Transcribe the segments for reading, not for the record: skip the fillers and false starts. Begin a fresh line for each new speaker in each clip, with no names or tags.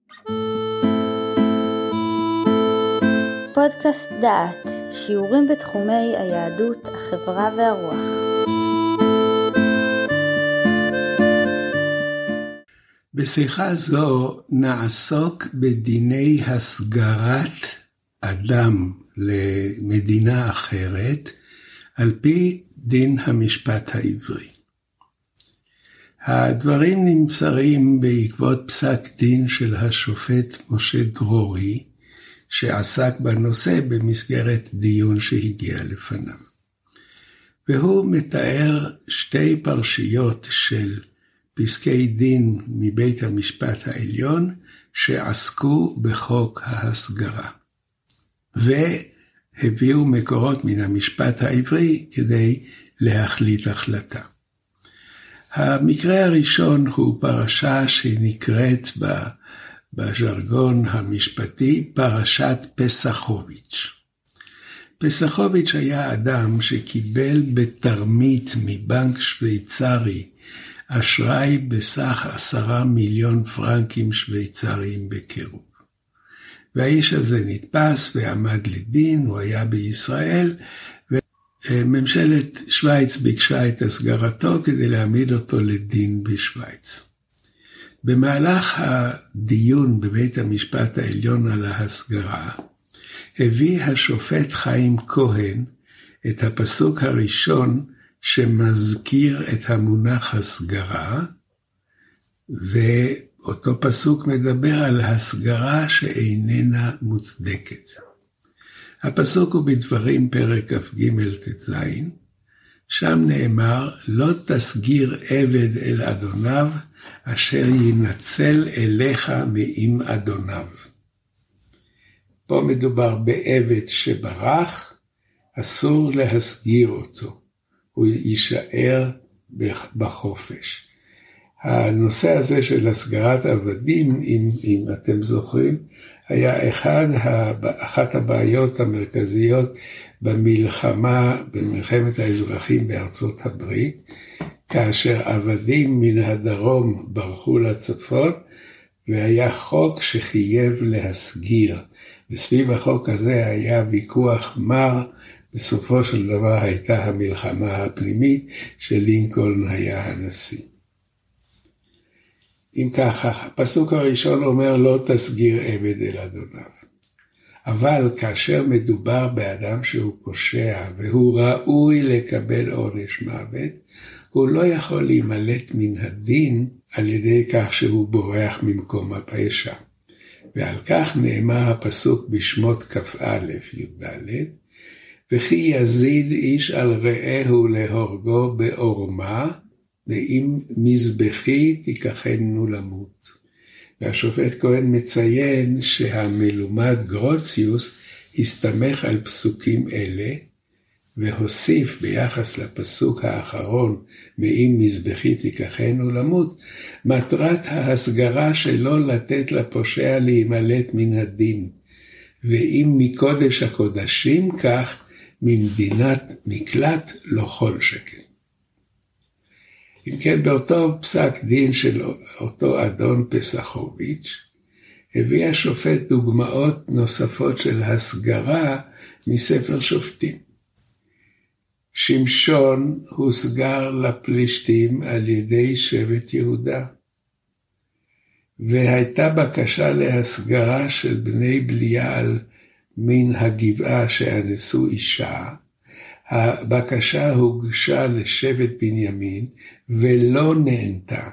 פודקאסט דעת, שיעורים בתחומי היהדות, החברה והרוח.
בשיחה זו נעסוק בדיני הסגרת אדם למדינה אחרת, על פי דין המשפט העברי. הדברים נמסרים בעקבות פסק דין של השופט משה דרורי, שעסק בנושא במסגרת דיון שהגיע לפניו. והוא מתאר שתי פרשיות של פסקי דין מבית המשפט העליון, שעסקו בחוק ההסגרה. והביאו מקורות מן המשפט העברי כדי להחליט החלטה. המקרה הראשון הוא פרשה שנקראת בז'רגון המשפטי פרשת פסחוביץ'. פסחוביץ' היה אדם שקיבל בתרמית מבנק שוויצרי אשראי בסך 10 מיליון פרנקים שוויצריים בקירוב. והאיש הזה נתפס ועמד לדין, הוא היה בישראל, וממשלת שוויץ ביקשה את הסגרתו כדי להעמיד אותו לדין בשוויץ. במהלך הדיון בבית המשפט העליון על ההסגרה, הביא השופט חיים כהן את הפסוק הראשון שמזכיר את המונח הסגרה, ואותו פסוק מדבר על הסגרה שאיננה מוצדקת. הפסוק הוא בדברים פרק כ"ג ט"ז, שם נאמר, לא תסגיר עבד אל אדוניו, אשר ינצל אליך מעם אדוניו. פה מדובר בעבד שברח, אסור להסגיר אותו, הוא יישאר בחופש. הנושא הזה של הסגרת עבדים, אם אתם זוכרים, היה אחת הבעיות המרכזיות במלחמת האזרחים בארצות הברית, כאשר עבדים מן הדרום ברחו לצפון, והיה חוק שחייב להסגיר. וסביב החוק הזה היה ויכוח מר, בסופו של דבר הייתה המלחמה הפנימית, שלינקולן היה הנשיא. אם ככה, הפסוק הראשון אומר לא תסגיר עבד אל אדוניו. אבל כאשר מדובר באדם שהוא פושע, והוא ראוי לקבל עונש מוות, הוא לא יכול להימלט מן הדין על ידי כך שהוא בורח ממקום הפשע. ועל כך נאמר הפסוק בשמות כ"א י"ד, וכי יזיד איש על רעהו להורגו בעורמה, ואם מזבחי תיקחנו למות. והשופט כהן מציין שהמלומד גרוציוס הסתמך על פסוקים אלה, והוסיף ביחס לפסוק האחרון, מאם מזבחי תיקחנו למות, מטרת ההסגרה שלא לתת לפושע להימלט מן הדין, ואם מקודש הקודשים כך, ממדינת מקלט לא כל שכן. אם כן, באותו פסק דין של אותו אדון פסחוביץ', הביא השופט דוגמאות נוספות של הסגרה מספר שופטים. שמשון הוסגר לפלישתים על ידי שבט יהודה, והייתה בקשה להסגרה של בני בליעל מן הגבעה שאנסו אישה. הבקשה הוגשה לשבט בנימין ולא נענתה.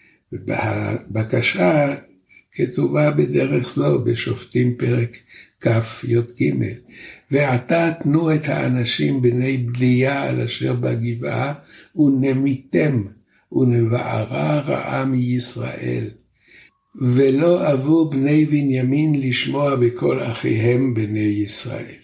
הבקשה כתובה בדרך זו בשופטים פרק כ"ג. ועתה תנו את האנשים בני בליעל אשר בגבעה ונמיתם ונבערה רעה מישראל. ולא אבו בני בנימין לשמוע בכל אחיהם בני ישראל.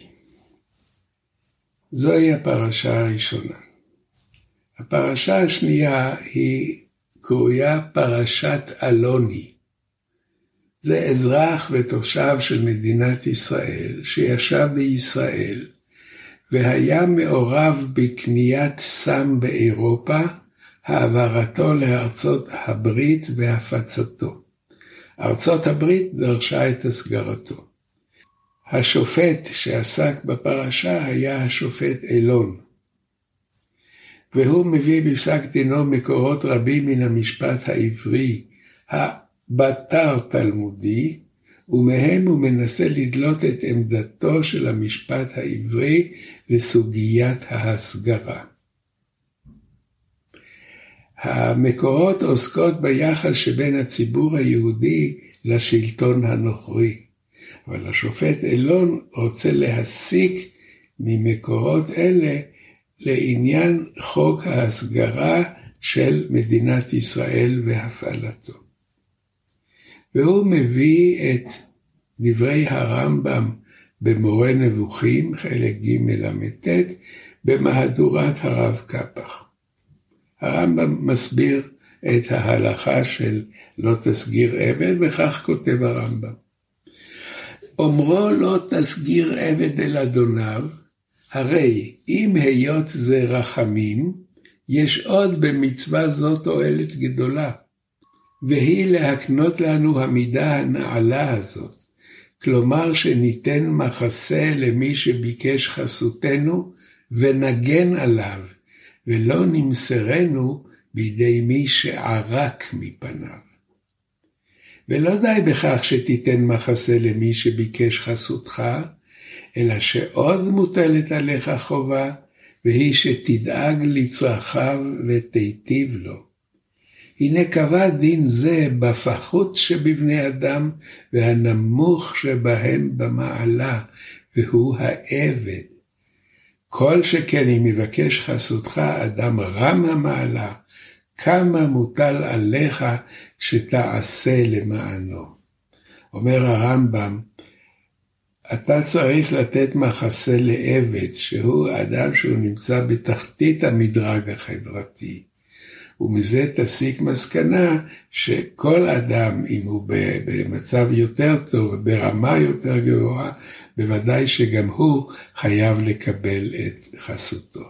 זוהי הפרשה הראשונה. הפרשה השנייה היא קרויה פרשת אלוני. זה אזרח ותושב של מדינת ישראל שישב בישראל והיה מעורב בקניית סם באירופה, העברתו לארצות הברית והפצתו. ארצות הברית דרשה את הסגרתו. השופט שעסק בפרשה היה השופט אילון, והוא מביא בפסק דינו מקורות רבים מן המשפט העברי, הבתר תלמודי, ומהם הוא מנסה לדלות את עמדתו של המשפט העברי לסוגיית ההסגרה. המקורות עוסקות ביחס שבין הציבור היהודי לשלטון הנוכרי, אבל השופט אילון רוצה להסיק ממקורות אלה לעניין חוק ההסגרה של מדינת ישראל והפעלתו. והוא מביא את דברי הרמב"ם במורה נבוכים, חלק ג' למ"ט, במהדורת הרב קפח. הרמב"ם מסביר את ההלכה של לא תסגיר עבד, וכך כותב הרמב"ם. אומרו לא תסגיר עבד אל אדוניו, הרי אם היות זה רחמים, יש עוד במצווה זו תועלת גדולה, והיא להקנות לנו המידה הנעלה הזאת, כלומר שניתן מחסה למי שביקש חסותנו ונגן עליו, ולא נמסרנו בידי מי שערק מפניו. ולא די בכך שתיתן מחסה למי שביקש חסותך, אלא שעוד מוטלת עליך חובה, והיא שתדאג לצרכיו ותיטיב לו. הנה קבע דין זה בפחות שבבני אדם, והנמוך שבהם במעלה, והוא העבד. כל שכן אם יבקש חסותך אדם רם המעלה, כמה מוטל עליך שתעשה למענו. אומר הרמב"ם, אתה צריך לתת מחסה לעבד, שהוא אדם שהוא נמצא בתחתית המדרג החברתי. ומזה תסיק מסקנה שכל אדם, אם הוא במצב יותר טוב וברמה יותר גבוהה, בוודאי שגם הוא חייב לקבל את חסותו.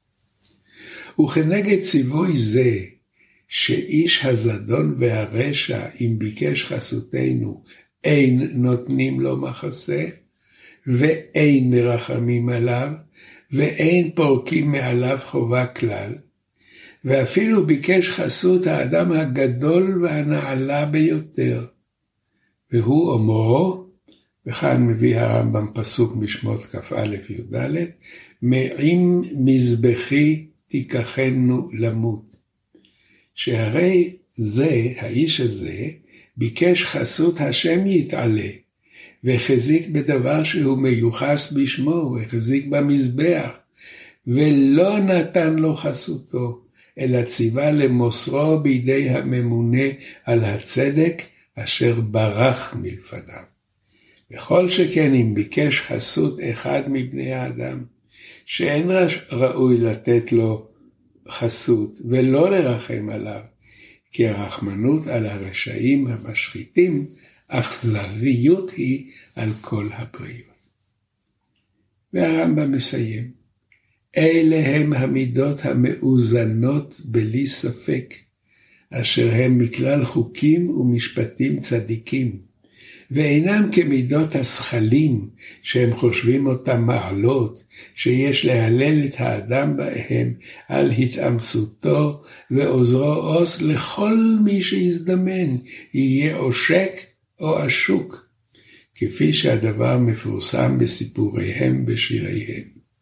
וכנגד ציווי זה, שאיש הזדון והרשע, אם ביקש חסותנו, אין נותנים לו מחסה, ואין מרחמים עליו, ואין פורקים מעליו חובה כלל, ואפילו ביקש חסות האדם הגדול והנעלה ביותר. והוא אומרו, וכאן מביא הרמב"ם פסוק משמות כ"א י"ד, מעם מזבחי תיקחנו למות. שהרי זה, האיש הזה, ביקש חסות השם יתעלה, והחזיק בדבר שהוא מיוחס בשמו, והחזיק במזבח, ולא נתן לו חסותו, אלא ציווה למוסרו בידי הממונה על הצדק, אשר ברח מלפניו. וכל שכן אם ביקש חסות אחד מבני האדם, שאין ראוי לתת לו חסות, ולא לרחם עליו, כי הרחמנות על הרשעים המשחיתים, אכזריות היא על כל הבריות. והרמב"ם מסיים, אלה הם המידות המאוזנות בלי ספק, אשר הם מכלל חוקים ומשפטים צדיקים, ואינם כמידות השכלים שהם חושבים אותם מעלות, שיש להלל את האדם בהם על התאמצותו ועוזרו עוז לכל מי שיזדמן, יהיה עושק או עשוק, כפי שהדבר מפורסם בסיפוריהם בשיריהם.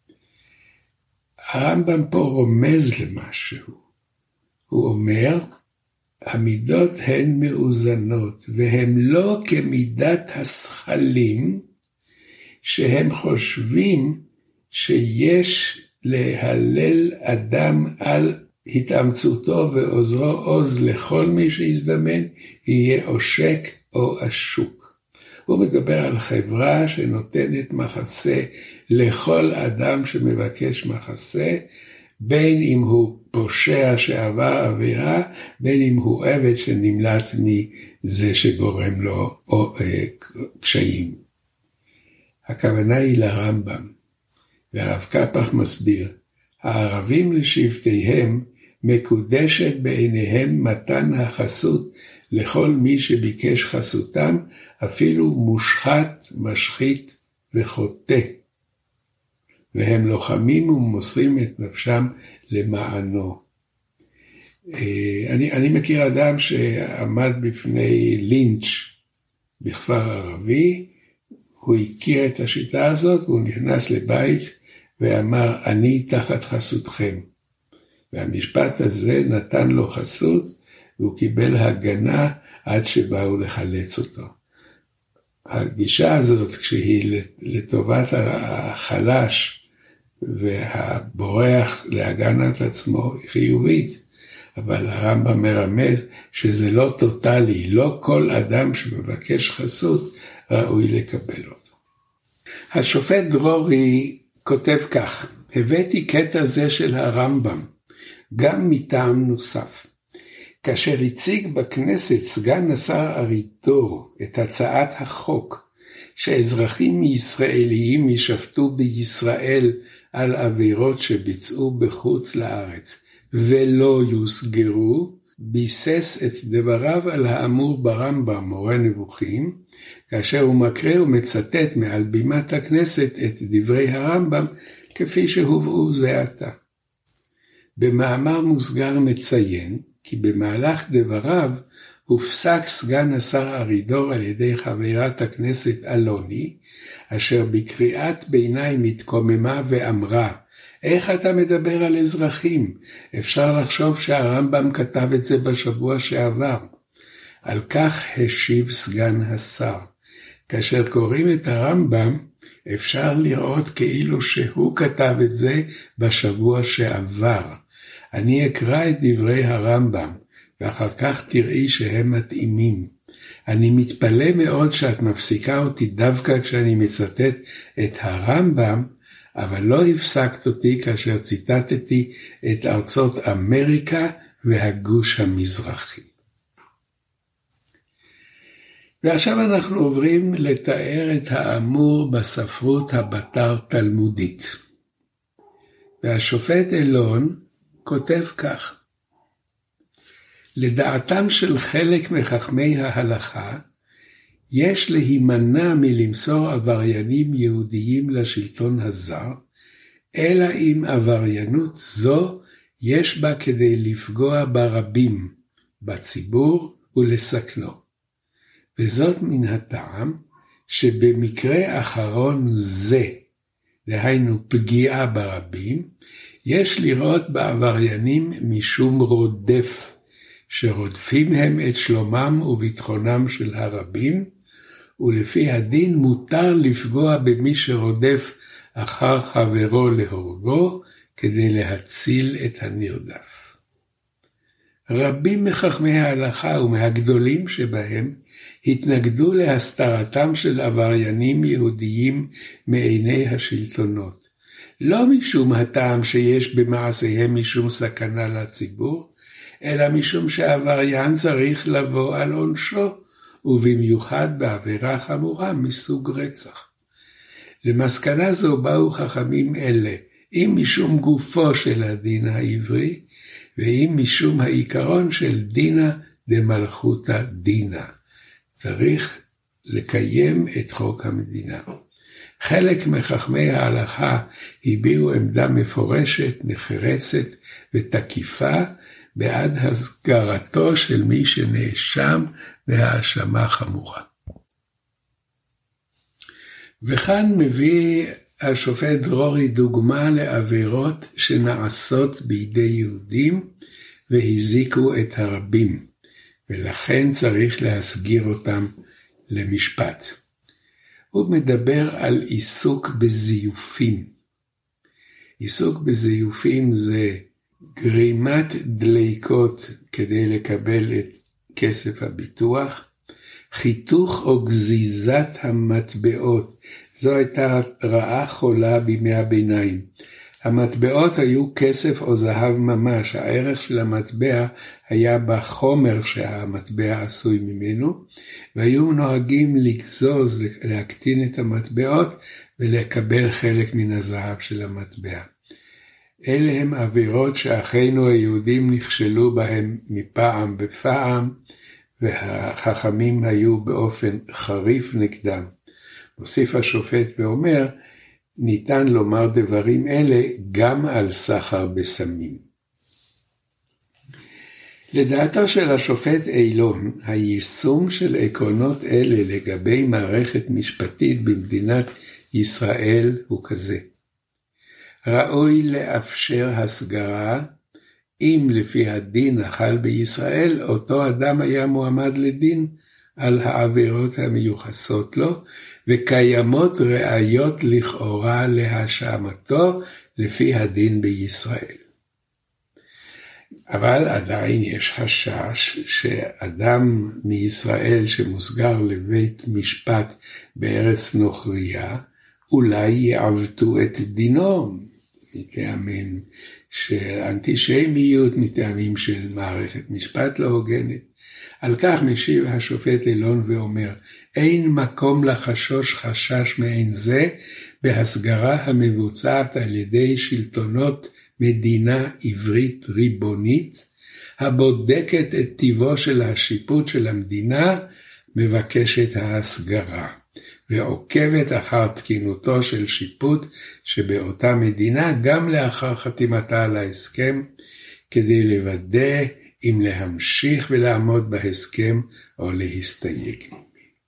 הרמב"ם פה רומז למשהו. הוא אומר, המידות הן מאוזנות, והם לא כמידת השכלים, שהם חושבים שיש להלל אדם על התאמצותו ועוזרו עוז לכל מי שיזדמן, יהיה עושק או עשוק. הוא מדבר על חברה שנותנת מחסה לכל אדם שמבקש מחסה, בין אם הוא פושע שעבר עבירה, בין אם הוא עבד שנמלט מזה שגורם לו קשיים. הכוונה היא לרמב"ם, והרב קפח מסביר, הערבים לשבטיהם מקודשת בעיניהם מתן החסות לכל מי שביקש חסותם, אפילו מושחת, משחית וחוטא. והם לוחמים ומוסרים את נפשם למענו. אני מכיר אדם שעמד בפני לינץ' בכפר ערבי, הוא הכיר את השיטה הזאת, והוא נכנס לבית ואמר, אני תחת חסותכם. והמשפט הזה נתן לו חסות, והוא קיבל הגנה עד שבאו לחלץ אותו. הגישה הזאת, כשהיא לטובת החלש והבורח להגנת עצמו, היא חיובית. אבל הרמב"ם מרמז שזה לא טוטלי, לא כל אדם שמבקש חסות ראוי לקבל אותו. השופט דרורי כותב כך, הבאתי קטע זה של הרמב"ם, גם מטעם נוסף. כאשר הציג בכנסת סגן השר ארידור את הצעת החוק, שאזרחים ישראליים ישפטו בישראל על עבירות שביצעו בחוץ לארץ, ולא יוסגרו, ביסס את דבריו על האמור ברמב"ם מורה נבוכים, כאשר הוא מקרא ומצטט מעל בימת הכנסת את דברי הרמב"ם כפי שהובאו זה עתה. במאמר מוסגר נציין כי במהלך דבריו הופסק סגן השר ארידור על ידי חברת הכנסת אלוני, אשר בקריאת ביניים התקוממה ואמרה, איך אתה מדבר על אזרחים? אפשר לחשוב שהרמב"ם כתב את זה בשבוע שעבר. על כך השיב סגן השר. כאשר קוראים את הרמב"ם, אפשר לראות כאילו שהוא כתב את זה בשבוע שעבר. אני אקרא את דברי הרמב"ם, ואחר כך תראי שהם מתאימים. אני מתפלא מאוד שאת מפסיקה אותי דווקא כשאני מצטט את הרמב"ם, אבל לא הפסקת אותי כאשר ציטטתי את ארצות אמריקה והגוש המזרחי. ועכשיו אנחנו עוברים לתאר את האמור בספרות הבתר תלמודית. והשופט אלון כותב כך, לדעתם של חלק מחכמי ההלכה, יש להימנע מלמסור עבריינים יהודיים לשלטון הזר, אלא אם עבריינות זו יש בה כדי לפגוע ברבים, בציבור ולסכנו. וזאת מן הטעם שבמקרה אחרון זה, דהיינו פגיעה ברבים, יש לראות בעבריינים משום רודף, שרודפים הם את שלומם וביטחונם של הרבים, ולפי הדין מותר לפגוע במי שרודף אחר חברו להורגו, כדי להציל את הנרדף. רבים מחכמי ההלכה ומהגדולים שבהם, התנגדו להסתרתם של עבריינים יהודיים מעיני השלטונות. לא משום הטעם שיש במעשיהם משום סכנה לציבור, אלא משום שהעבריין צריך לבוא על עונשו, ובמיוחד בעבירה חמורה מסוג רצח. למסקנה זו באו חכמים אלה, אם משום גופו של הדין העברי, ואם משום העיקרון של דינא דמלכותא דינא. צריך לקיים את חוק המדינה. חלק מחכמי ההלכה הביעו עמדה מפורשת, נחרצת ותקיפה, בעד הסגרתו של מי שנאשם בהאשמה חמורה. וכאן מביא השופט דרורי דוגמה לעבירות שנעשות בידי יהודים והזיקו את הרבים, ולכן צריך להסגיר אותם למשפט. הוא מדבר על עיסוק בזיופים. עיסוק בזיופים זה גרימת דליקות כדי לקבל את כסף הביטוח, חיתוך או גזיזת המטבעות. זו הייתה רעה חולה בימי הביניים. המטבעות היו כסף או זהב ממש, הערך של המטבע היה בחומר שהמטבע עשוי ממנו, והיו נוהגים לגזוז, להקטין את המטבעות ולקבל חלק מן הזהב של המטבע. אלה הם עבירות שאחינו היהודים נכשלו בהם מפעם בפעם, והחכמים היו באופן חריף נגדם. מוסיף השופט ואומר, ניתן לומר דברים אלה גם על סחר בסמים. לדעתו של השופט אילון, היישום של עקרונות אלה לגבי מערכת משפטית במדינת ישראל הוא כזה. ראוי לאפשר הסגרה, אם לפי הדין החל בישראל, אותו אדם היה מועמד לדין על העבירות המיוחסות לו, וקיימות ראיות לכאורה להאשמתו לפי הדין בישראל. אבל עדיין יש חשש שאדם מישראל שמוסגר לבית משפט בארץ נוכריה, אולי יעוותו את דינו מטעמים של אנטישמיות, מטעמים של מערכת משפט לא הוגנת. על כך משיב השופט אילון ואומר, אין מקום לחשוש חשש מעין זה בהסגרה המבוצעת על ידי שלטונות מדינה עברית ריבונית, הבודקת את טיבו של השיפוט של המדינה, מבקשת ההסגרה, ועוקבת אחר תקינותו של שיפוט שבאותה מדינה, גם לאחר חתימתה על ההסכם, כדי לוודא אם להמשיך ולעמוד בהסכם או להסתייג ממנו.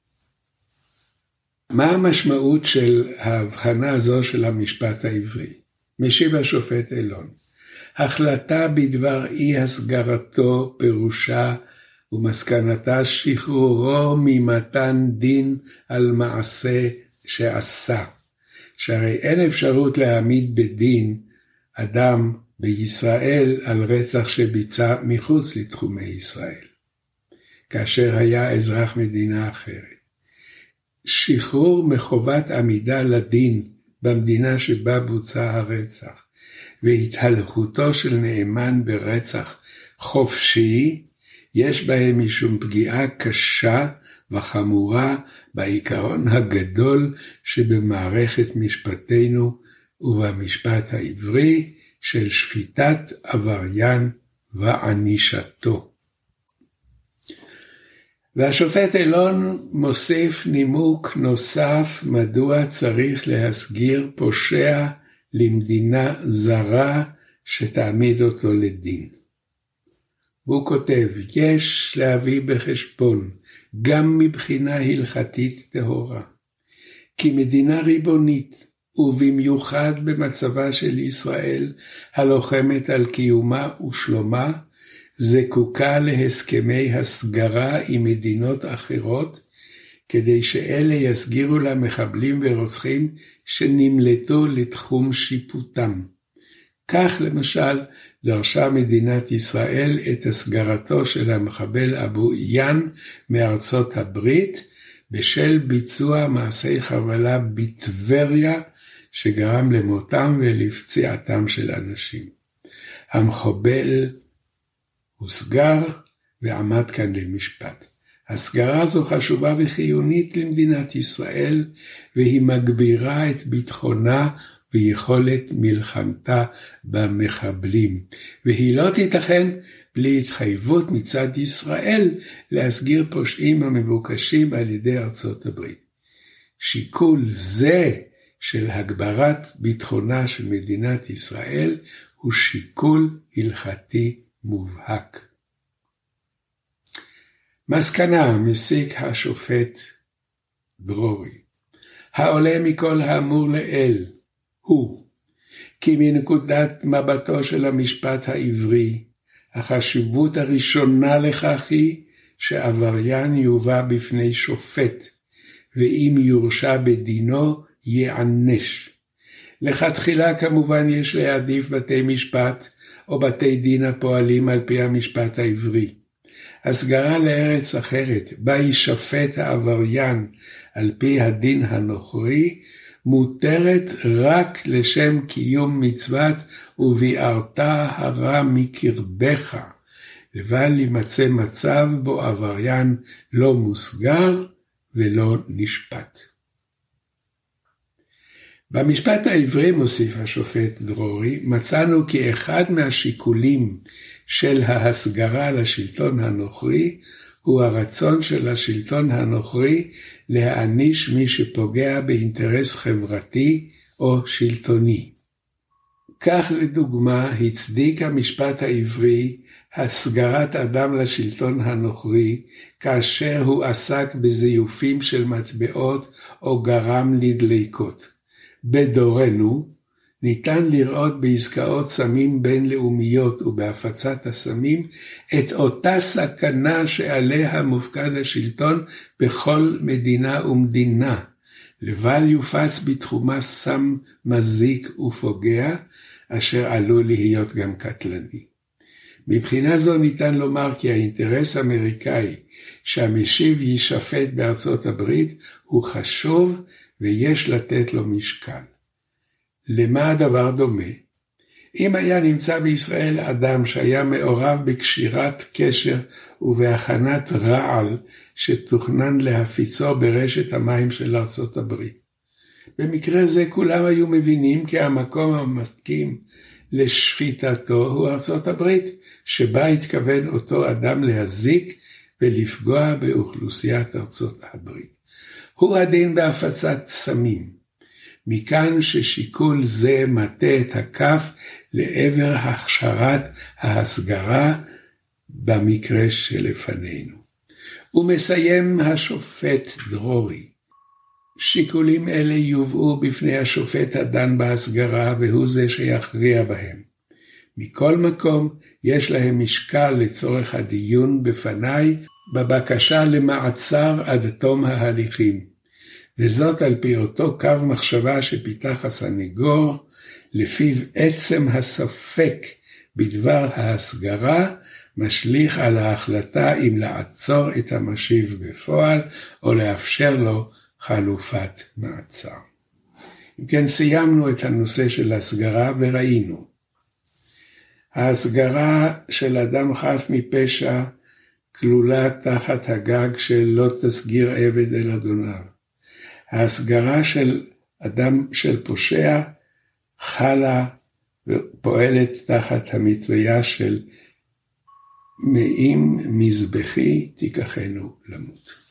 מה המשמעות של ההבחנה הזו של המשפט העברי? משיב השופט אילון, החלטה בדבר אי הסגרתו פירושה ומסקנתה שחרורו ממתן דין על מעשה שעשה, שהרי אין אפשרות להעמיד בדין אדם בישראל על רצח שביצע מחוץ לתחומי ישראל, כאשר היה אזרח מדינה אחרת. שחרור מחובת עמידה לדין במדינה שבה בוצע הרצח, והתהלכותו של נאמן ברצח חופשי, יש בהם משום פגיעה קשה וחמורה בעיקרון הגדול שבמערכת משפטנו ובמשפט העברי של שפיטת עבריין וענישתו. והשופט אילון מוסיף נימוק נוסף מדוע צריך להסגיר פושע למדינה זרה שתעמיד אותו לדין. הוא כותב, יש להביא בחשבון גם מבחינה הלכתית טהורה, כי מדינה ריבונית ובמיוחד במצבה של ישראל הלוחמת על קיומה ושלומה, זקוקה להסכמי הסגרה עם מדינות אחרות, כדי שאלה יסגירו לה מחבלים ורוצחים שנמלטו לתחום שיפוטם. כך למשל דרשה מדינת ישראל את הסגרתו של המחבל אבו עיאן מארצות הברית, בשל ביצוע מעשי חבלה בטבריה, שגרם למותם ולפציעתם של אנשים. המחבל הוסגר ועמד כאן למשפט. הסגרה זו חשובה וחיונית למדינת ישראל, והיא מגבירה את ביטחונה ויכולת מלחמתה במחבלים, והיא לא תיתכן בלי התחייבות מצד ישראל להסגיר פושעים המבוקשים על ידי ארצות הברית. שיקול זה של הגברת ביטחונה של מדינת ישראל הוא שיקול הלכתי מובהק. מסקנה מסיק השופט דרורי, העולה מכל האמור לאל הוא כי מנקודת מבטו של המשפט העברי, החשיבות הראשונה לכך היא שעבריין יובא בפני שופט, ואם יורשע בדינו יענש. לכתחילה כמובן יש להעדיף בתי משפט או בתי דין הפועלים על פי המשפט העברי. הסגרה לארץ אחרת, בה יישפט העבריין על פי הדין הנוכרי, מותרת רק לשם קיום מצוות וביערת הרע מקרבך, לבל יימצא מצב בו עבריין לא מוסגר ולא נשפט. במשפט העברי, מוסיף השופט דרורי, מצאנו כי אחד מהשיקולים של ההסגרה לשלטון הנוכרי הוא הרצון של השלטון הנוכרי להעניש מי שפוגע באינטרס חברתי או שלטוני. כך לדוגמה הצדיק המשפט העברי הסגרת אדם לשלטון הנוכרי כאשר הוא עסק בזיופים של מטבעות או גרם לדליקות. בדורנו ניתן לראות בעסקאות סמים בינלאומיות ובהפצת הסמים את אותה סכנה שעליה מופקד השלטון בכל מדינה ומדינה. לבל יופץ בתחומה סם מזיק ופוגע אשר עלול להיות גם קטלני. מבחינה זו ניתן לומר כי האינטרס האמריקאי שהמשיב יישפט בארצות הברית הוא חשוב ויש לתת לו משקל. למה הדבר דומה? אם היה נמצא בישראל אדם שהיה מעורב בקשירת קשר ובהכנת רעל שתוכנן להפיצו ברשת המים של ארצות הברית. במקרה זה כולם היו מבינים כי המקום המסכים לשפיטתו הוא ארצות הברית, שבה התכוון אותו אדם להזיק ולפגוע באוכלוסיית ארצות הברית. הוא הדין בהפצת סמים. מכאן ששיקול זה מטה את הכף לעבר הכשרת ההסגרה במקרה שלפנינו. ומסיים השופט דרורי. שיקולים אלה יובאו בפני השופט הדן בהסגרה והוא זה שיכריע בהם. מכל מקום יש להם משקל לצורך הדיון בפני בבקשה למעצר עד תום ההליכים. וזאת על פי אותו קו מחשבה שפיתח הסניגור, לפיו עצם הספק בדבר ההסגרה משליך על ההחלטה אם לעצור את המשיב בפועל או לאפשר לו חלופת מעצר. אם כן סיימנו את הנושא של הסגרה וראינו. ההסגרה של אדם חף מפשע כלולה תחת הגג של לא תסגיר עבד אל אדוניו. ההסגרה של אדם של פושע חלה ופועלת תחת המצוויה של מעם מזבחי תיקחנו למות.